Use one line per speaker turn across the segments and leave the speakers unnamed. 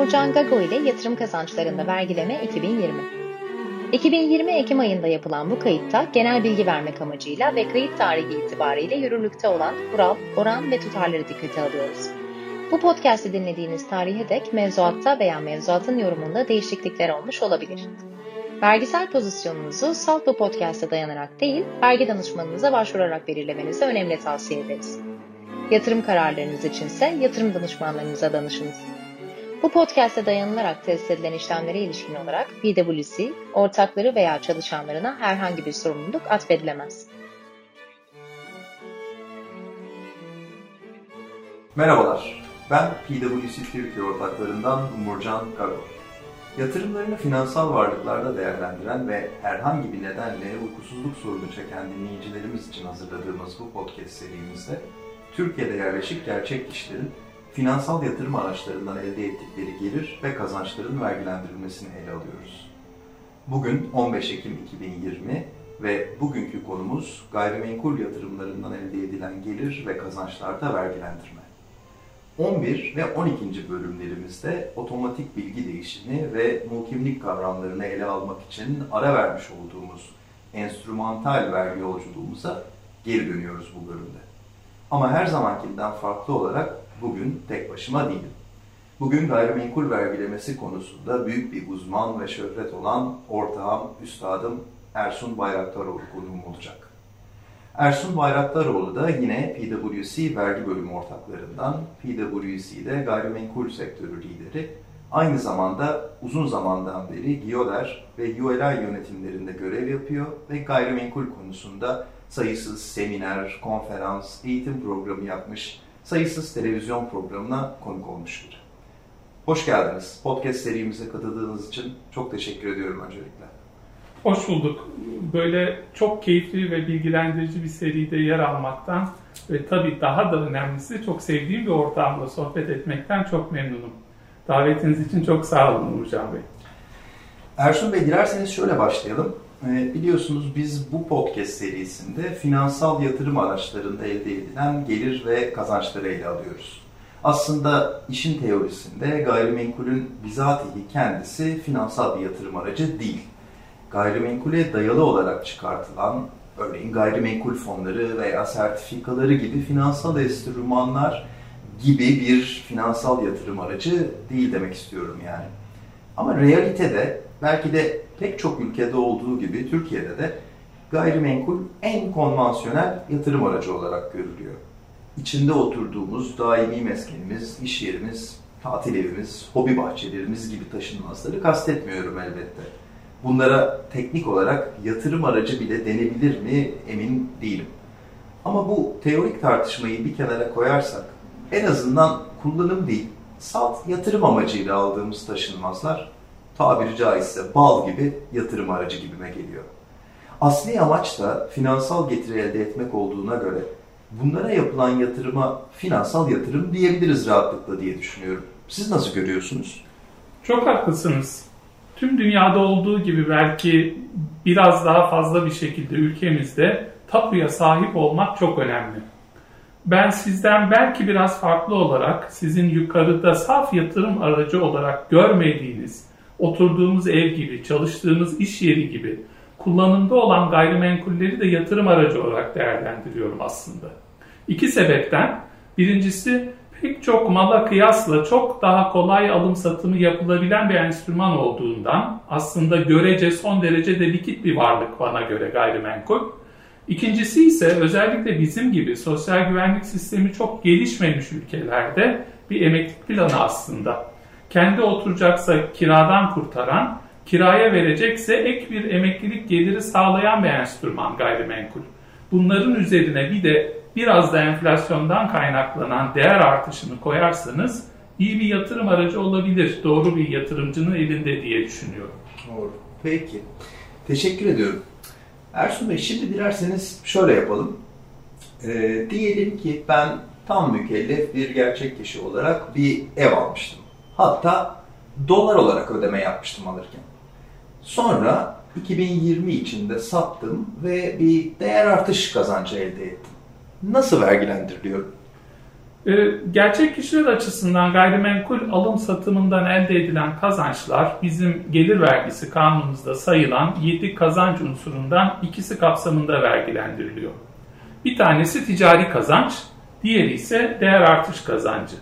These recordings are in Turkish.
Umurcan Gago ile Yatırım Kazançlarında Vergileme 2020. 2020 Ekim ayında yapılan bu kayıtta genel bilgi vermek amacıyla ve kayıt tarihi itibariyle yürürlükte olan kural, oran ve tutarları dikkate alıyoruz. Bu podcast'i dinlediğiniz tarihe dek mevzuatta veya mevzuatın yorumunda değişiklikler olmuş olabilir. Vergisel pozisyonunuzu salt bu podcast'e dayanarak değil, vergi danışmanınıza başvurarak belirlemenizi önemli tavsiye ederiz. Yatırım kararlarınız içinse yatırım danışmanlarınıza danışınız. Bu podcast'e dayanılarak test edilen işlemlere ilişkin olarak PwC, ortakları veya çalışanlarına herhangi bir sorumluluk atfedilemez.
Merhabalar, ben PwC Türkiye ortaklarından Umurcan Gago. Yatırımlarını finansal varlıklarda değerlendiren ve herhangi bir nedenle uykusuzluk sorunu çeken dinleyicilerimiz için hazırladığımız bu podcast serimizde Türkiye'de yerleşik gerçek kişilerin finansal yatırım araçlarından elde ettikleri gelir ve kazançların vergilendirilmesini ele alıyoruz. Bugün 15 Ekim 2020 ve bugünkü konumuz gayrimenkul yatırımlarından elde edilen gelir ve kazançlarda vergilendirme. 11 ve 12. bölümlerimizde otomatik bilgi değişimi ve mukimlik kavramlarını ele almak için ara vermiş olduğumuz enstrümantal vergi yolculuğumuza geri dönüyoruz bu bölümde. Ama her zamankinden farklı olarak bugün tek başıma değilim. Bugün gayrimenkul vergilemesi konusunda büyük bir uzman ve şöhret olan ortağım, üstadım Ersun Bayraktaroğlu konuğum olacak. Ersun Bayraktaroğlu da yine PwC vergi bölümü ortaklarından, PwC'de gayrimenkul sektörü lideri, aynı zamanda uzun zamandan beri GİODER ve ULI yönetimlerinde görev yapıyor ve gayrimenkul konusunda sayısız seminer, konferans, eğitim programı yapmış, sayısız televizyon programına konuk olmuş biri. Hoş geldiniz. Podcast serimize katıldığınız için çok teşekkür ediyorum öncelikle.
Hoş bulduk. Böyle çok keyifli ve bilgilendirici bir seride yer almaktan ve tabii daha da önemlisi çok sevdiğim bir ortamda sohbet etmekten çok memnunum. Davetiniz için çok sağ olun Umurcan Bey.
Ersun Bey, dilerseniz şöyle başlayalım. Biliyorsunuz biz bu podcast serisinde finansal yatırım araçlarında elde edilen gelir ve kazançları ele alıyoruz. Aslında işin teorisinde gayrimenkulün bizatihi kendisi finansal bir yatırım aracı değil. Gayrimenkule dayalı olarak çıkartılan, örneğin gayrimenkul fonları veya sertifikaları gibi finansal enstrümanlar gibi bir finansal yatırım aracı değil demek istiyorum yani. Ama realitede belki de pek çok ülkede olduğu gibi Türkiye'de de gayrimenkul en konvansiyonel yatırım aracı olarak görülüyor. İçinde oturduğumuz daimi meskenimiz, iş yerimiz, tatil evimiz, hobi bahçelerimiz gibi taşınmazları kastetmiyorum elbette. Bunlara teknik olarak yatırım aracı bile denebilir mi emin değilim. Ama bu teorik tartışmayı bir kenara koyarsak en azından kullanım değil, salt yatırım amacıyla aldığımız taşınmazlar tabiri caizse bal gibi yatırım aracı gibime geliyor. Asli amaç da finansal getiri elde etmek olduğuna göre bunlara yapılan yatırıma finansal yatırım diyebiliriz rahatlıkla diye düşünüyorum. Siz nasıl görüyorsunuz?
Çok haklısınız. Tüm dünyada olduğu gibi belki biraz daha fazla bir şekilde ülkemizde tapuya sahip olmak çok önemli. Ben sizden belki biraz farklı olarak sizin yukarıda saf yatırım aracı olarak görmediğiniz, oturduğunuz ev gibi, çalıştığınız iş yeri gibi kullanımda olan gayrimenkulleri de yatırım aracı olarak değerlendiriyorum aslında. İki sebepten, birincisi pek çok mala kıyasla çok daha kolay alım satımı yapılabilen bir enstrüman olduğundan aslında görece son derece de likit bir varlık bana göre gayrimenkul. İkincisi ise özellikle bizim gibi sosyal güvenlik sistemi çok gelişmemiş ülkelerde bir emeklilik planı aslında. Kendi oturacaksa kiradan kurtaran, kiraya verecekse ek bir emeklilik geliri sağlayan bir enstrüman gayrimenkul. Bunların üzerine bir de biraz da enflasyondan kaynaklanan değer artışını koyarsanız iyi bir yatırım aracı olabilir. Doğru bir yatırımcının elinde diye düşünüyorum.
Doğru. Peki. Teşekkür ediyorum. Ersun Bey, şimdi dilerseniz şöyle yapalım. Diyelim ki ben tam mükellef bir gerçek kişi olarak bir ev almıştım. Hatta dolar olarak ödeme yapmıştım alırken. Sonra 2020 içinde sattım ve bir değer artış kazancı elde ettim. Nasıl vergilendiriliyor?
Gerçek kişiler açısından gayrimenkul alım satımından elde edilen kazançlar bizim gelir vergisi kanunumuzda sayılan 7 kazanç unsurundan ikisi kapsamında vergilendiriliyor. Bir tanesi ticari kazanç, diğeri ise değer artış kazancı.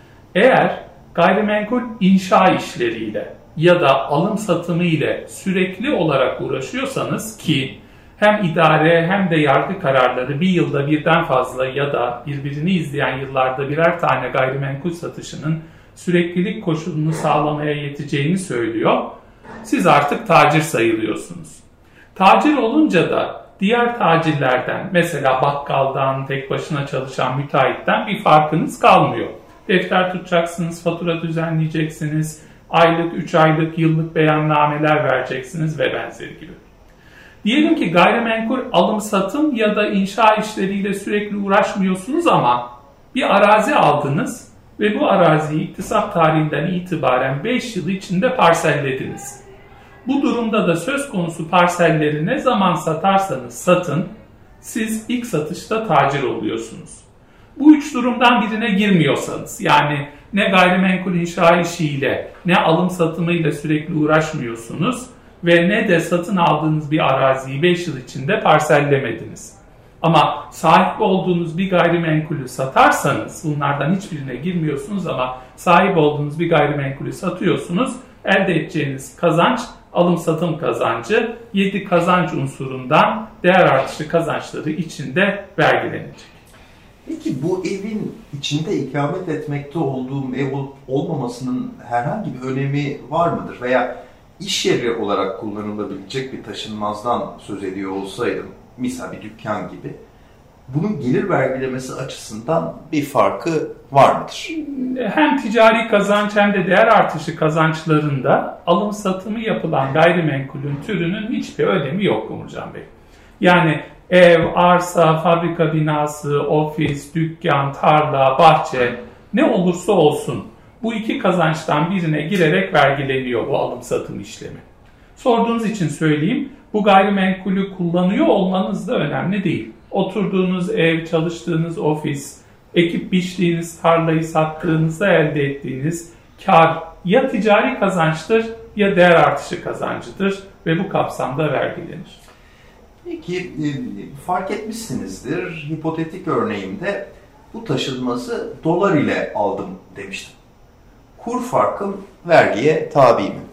Eğer gayrimenkul inşa işleriyle ya da alım satımı ile sürekli olarak uğraşıyorsanız ki hem idare hem de yargı kararları bir yılda birden fazla ya da birbirini izleyen yıllarda birer tane gayrimenkul satışının süreklilik koşulunu sağlamaya yeteceğini söylüyor. Siz artık tacir sayılıyorsunuz. Tacir olunca da diğer tacirlerden, mesela bakkaldan, tek başına çalışan müteahhitten bir farkınız kalmıyor. Defter tutacaksınız, fatura düzenleyeceksiniz, aylık, 3 aylık, yıllık beyannameler vereceksiniz ve benzeri gibi. Diyelim ki gayrimenkul alım satım ya da inşa işleriyle sürekli uğraşmıyorsunuz ama bir arazi aldınız ve bu araziyi iktisat tarihinden itibaren 5 yıl içinde parsellediniz. Bu durumda da söz konusu parselleri ne zaman satarsanız satın, siz ilk satışta tacir oluyorsunuz. Bu üç durumdan birine girmiyorsanız, yani ne gayrimenkul inşa işiyle ne alım satımıyla sürekli uğraşmıyorsunuz ve ne de satın aldığınız bir araziyi 5 yıl içinde parsellemediniz. Ama sahip olduğunuz bir gayrimenkulü satarsanız, bunlardan hiçbirine girmiyorsunuz ama sahip olduğunuz bir gayrimenkulü satıyorsunuz, elde edeceğiniz kazanç alım satım kazancı 7 kazanç unsurundan değer artışı kazançları içinde vergilenecek.
Peki bu evin içinde ikamet etmekte olduğum ev olup olmamasının herhangi bir önemi var mıdır? Veya iş yeri olarak kullanılabilecek bir taşınmazdan söz ediyor olsaydım, misal bir dükkan gibi, bunun gelir vergilemesi açısından bir farkı var mıdır?
Hem ticari kazanç hem de değer artışı kazançlarında alım satımı yapılan gayrimenkulün türünün hiçbir önemi yok Umurcan Bey. Yani ev, arsa, fabrika binası, ofis, dükkan, tarla, bahçe ne olursa olsun bu iki kazançtan birine girerek vergileniyor bu alım satım işlemi. Sorduğunuz için söyleyeyim, bu gayrimenkulü kullanıyor olmanız da önemli değil. Oturduğunuz ev, çalıştığınız ofis, ekip biçtiğiniz tarlayı sattığınızda elde ettiğiniz kar ya ticari kazançtır ya değer artışı kazancıdır ve bu kapsamda vergilenir.
Peki fark etmişsinizdir, hipotetik örneğimde bu taşınmazı dolar ile aldım demiştim. Kur farkım vergiye tabi mi?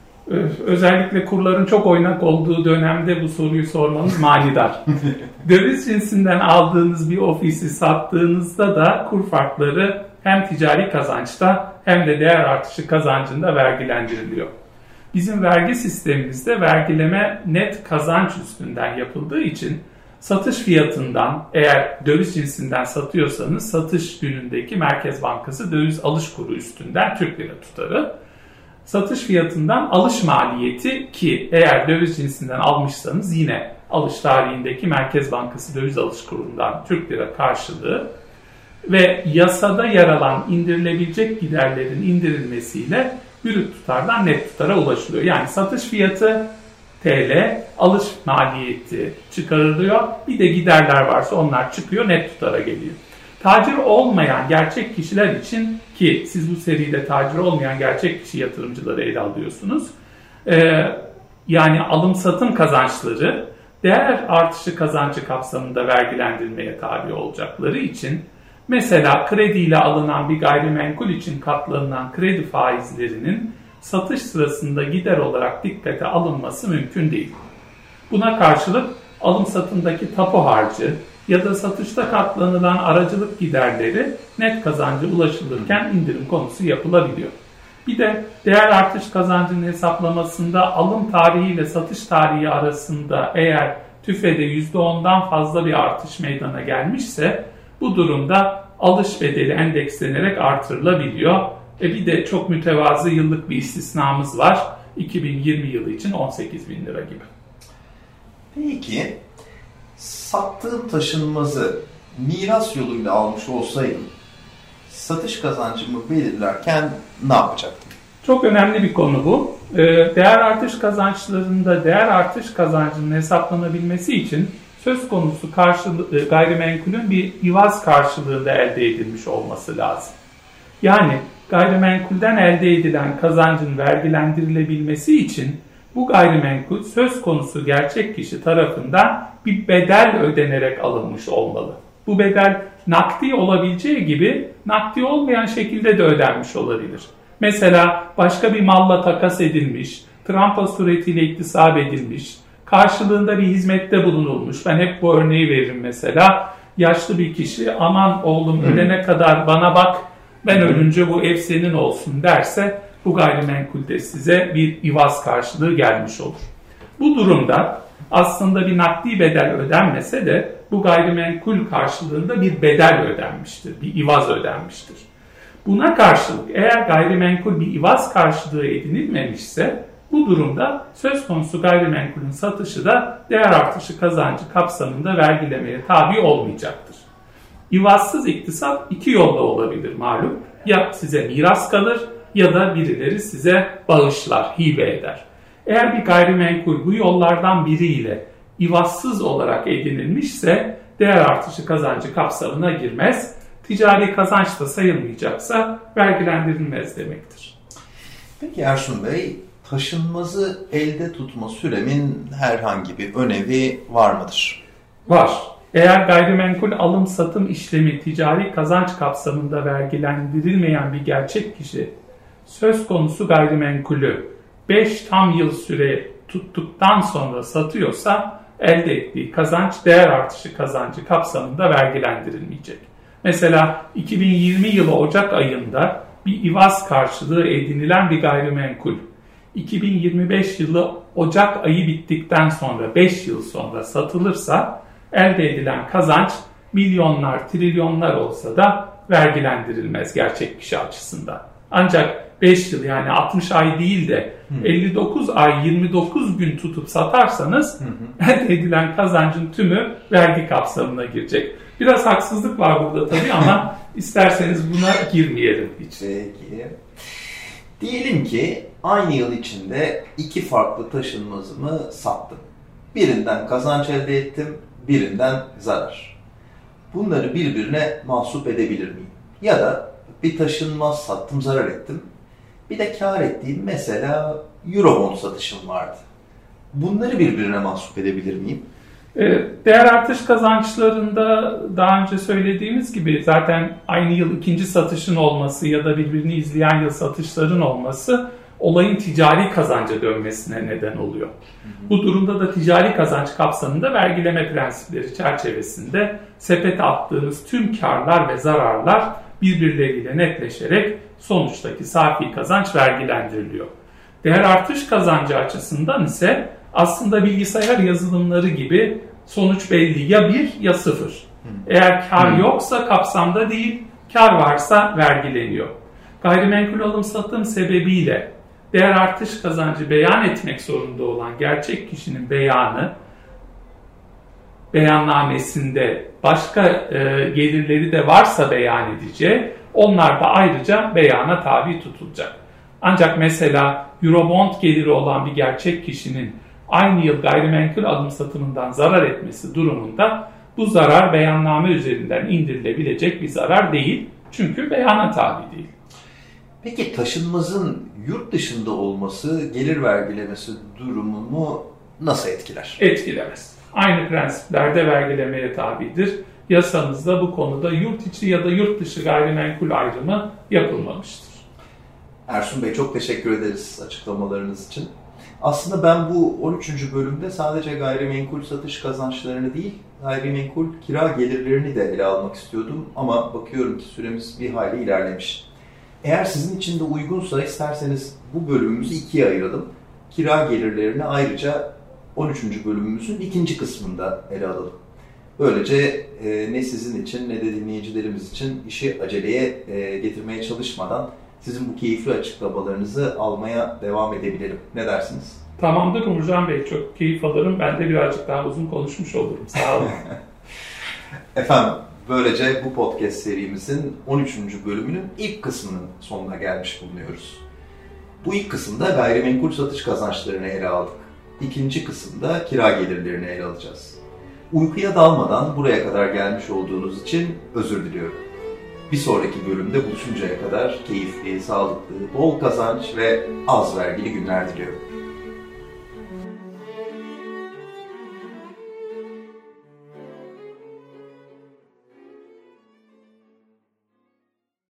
Özellikle kurların çok oynak olduğu dönemde bu soruyu sormanız manidar. Döviz cinsinden aldığınız bir ofisi sattığınızda da kur farkları hem ticari kazançta hem de değer artışı kazancında vergilendiriliyor. Bizim vergi sistemimizde vergileme net kazanç üstünden yapıldığı için satış fiyatından, eğer döviz cinsinden satıyorsanız satış günündeki Merkez Bankası döviz alış kuru üstünden Türk lira tutarı, satış fiyatından alış maliyeti ki eğer döviz cinsinden almışsanız yine alış tarihindeki Merkez Bankası döviz alış kurundan Türk lira karşılığı ve yasada yer alan indirilebilecek giderlerin indirilmesiyle brüt tutardan net tutara ulaşılıyor. Yani satış fiyatı TL, alış maliyeti çıkarılıyor. Bir de giderler varsa onlar çıkıyor, net tutara geliyor. Tacir olmayan gerçek kişiler için, ki siz bu seride tacir olmayan gerçek kişi yatırımcıları ele alıyorsunuz. Yani alım satım kazançları değer artışı kazancı kapsamında vergilendirmeye tabi olacakları için, mesela krediyle alınan bir gayrimenkul için katlanılan kredi faizlerinin satış sırasında gider olarak dikkate alınması mümkün değil. Buna karşılık alım satımdaki tapu harcı ya da satışta katlanılan aracılık giderleri net kazanca ulaşılırken indirim konusu yapılabiliyor. Bir de değer artış kazancının hesaplamasında alım tarihi ile satış tarihi arasında eğer TÜFE'de %10'dan fazla bir artış meydana gelmişse bu durumda alış bedeli endekslenerek artırılabiliyor. Bir de çok mütevazı yıllık bir istisnamız var. 2020 yılı için 18.000 lira gibi.
Peki, sattığım taşınmazı miras yoluyla almış olsaydım, satış kazancımı belirlerken ne yapacaktım?
Çok önemli bir konu bu. Değer artış kazançlarında değer artış kazancının hesaplanabilmesi için söz konusu gayrimenkulün bir ivaz karşılığında elde edilmiş olması lazım. Yani gayrimenkulden elde edilen kazancın vergilendirilebilmesi için bu gayrimenkul söz konusu gerçek kişi tarafından bir bedel ödenerek alınmış olmalı. Bu bedel nakdi olabileceği gibi nakdi olmayan şekilde de ödenmiş olabilir. Mesela başka bir malla takas edilmiş, trampa suretiyle iktisap edilmiş, karşılığında bir hizmette bulunulmuş. Ben hep bu örneği veririm mesela. Yaşlı bir kişi aman oğlum ölene kadar bana bak, ben ölünce bu ev senin olsun derse bu gayrimenkulde size bir ivaz karşılığı gelmiş olur. Bu durumda aslında bir nakdi bedel ödenmese de bu gayrimenkul karşılığında bir bedel ödenmiştir, bir ivaz ödenmiştir. Buna karşılık eğer gayrimenkul bir ivaz karşılığı edinilmemişse bu durumda söz konusu gayrimenkulün satışı da değer artışı kazancı kapsamında vergilemeye tabi olmayacaktır. İvazsız iktisat iki yolla olabilir malum. Ya size miras kalır ya da birileri size bağışlar, hibe eder. Eğer bir gayrimenkul bu yollardan biriyle ivazsız olarak edinilmişse değer artışı kazancı kapsamına girmez. Ticari kazanç da sayılmayacaksa vergilendirilmez demektir.
Peki Ersun Bey, taşınmazı elde tutma süremin herhangi bir önemi var mıdır?
Var. Eğer gayrimenkul alım-satım işlemi ticari kazanç kapsamında vergilendirilmeyen bir gerçek kişi söz konusu gayrimenkulü 5 tam yıl süre tuttuktan sonra satıyorsa elde ettiği kazanç değer artışı kazancı kapsamında vergilendirilmeyecek. Mesela 2020 yılı Ocak ayında bir ivaz karşılığı edinilen bir gayrimenkul 2025 yılı Ocak ayı bittikten sonra 5 yıl sonra satılırsa elde edilen kazanç milyonlar, trilyonlar olsa da vergilendirilmez gerçek kişi açısından. Ancak 5 yıl yani 60 ay değil de 59 ay 29 gün tutup satarsanız elde edilen kazancın tümü vergi kapsamına girecek. Biraz haksızlık var burada tabii ama isterseniz buna girmeyelim hiç.
Peki. Diyelim ki aynı yıl içinde iki farklı taşınmazımı sattım. Birinden kazanç elde ettim, birinden zarar. Bunları birbirine mahsup edebilir miyim? Ya da bir taşınmaz sattım, zarar ettim. Bir de kar ettiğim mesela Eurobond satışım vardı. Bunları birbirine mahsup edebilir miyim?
Değer artış kazançlarında daha önce söylediğimiz gibi zaten aynı yıl ikinci satışın olması ya da birbirini izleyen yıl satışların olması olayın ticari kazanca dönmesine neden oluyor. Bu durumda da ticari kazanç kapsamında vergileme prensipleri çerçevesinde sepete attığınız tüm karlar ve zararlar birbirleriyle netleşerek sonuçtaki safi kazanç vergilendiriliyor. Değer artış kazancı açısından ise aslında bilgisayar yazılımları gibi sonuç belli ya 1 ya 0. Eğer kar yoksa kapsamda değil, kar varsa vergileniyor. Gayrimenkul alım satım sebebiyle değer artış kazancı beyan etmek zorunda olan gerçek kişinin beyannamesinde başka gelirleri de varsa beyan edeceği, onlar da ayrıca beyana tabi tutulacak. Ancak mesela Eurobond geliri olan bir gerçek kişinin aynı yıl gayrimenkul alım satımından zarar etmesi durumunda bu zarar beyanname üzerinden indirilebilecek bir zarar değil. Çünkü beyana tabi değil.
Peki taşınmazın yurt dışında olması gelir vergilemesi durumumu nasıl etkiler?
Etkilemez. Aynı prensiplerde vergilemeye tabidir. Yasamızda bu konuda yurt içi ya da yurt dışı gayrimenkul ayrımı yapılmamıştır.
Ersun Bey çok teşekkür ederiz açıklamalarınız için. Aslında ben bu 13. bölümde sadece gayrimenkul satış kazançlarını değil, gayrimenkul kira gelirlerini de ele almak istiyordum ama bakıyorum ki süremiz bir hayli ilerlemiş. Eğer sizin için de uygunsa isterseniz bu bölümümüzü ikiye ayıralım. Kira gelirlerini ayrıca 13. bölümümüzün ikinci kısmında ele alalım. Böylece ne sizin için ne de dinleyicilerimiz için işi aceleye getirmeye çalışmadan sizin bu keyifli açıklamalarınızı almaya devam edebilirim. Ne dersiniz?
Tamamdır Umurcan Bey, çok keyif alırım. Ben de birazcık daha uzun konuşmuş olurum. Sağ olun.
Efendim, böylece bu podcast serimizin 13. bölümünün ilk kısmının sonuna gelmiş bulunuyoruz. Bu ilk kısımda gayrimenkul satış kazançlarını ele aldık. İkinci kısımda kira gelirlerini ele alacağız. Uykuya dalmadan buraya kadar gelmiş olduğunuz için özür diliyorum. Bir sonraki bölümde buluşuncaya kadar keyifli, sağlıklı, bol kazanç ve az vergili günler diliyorum.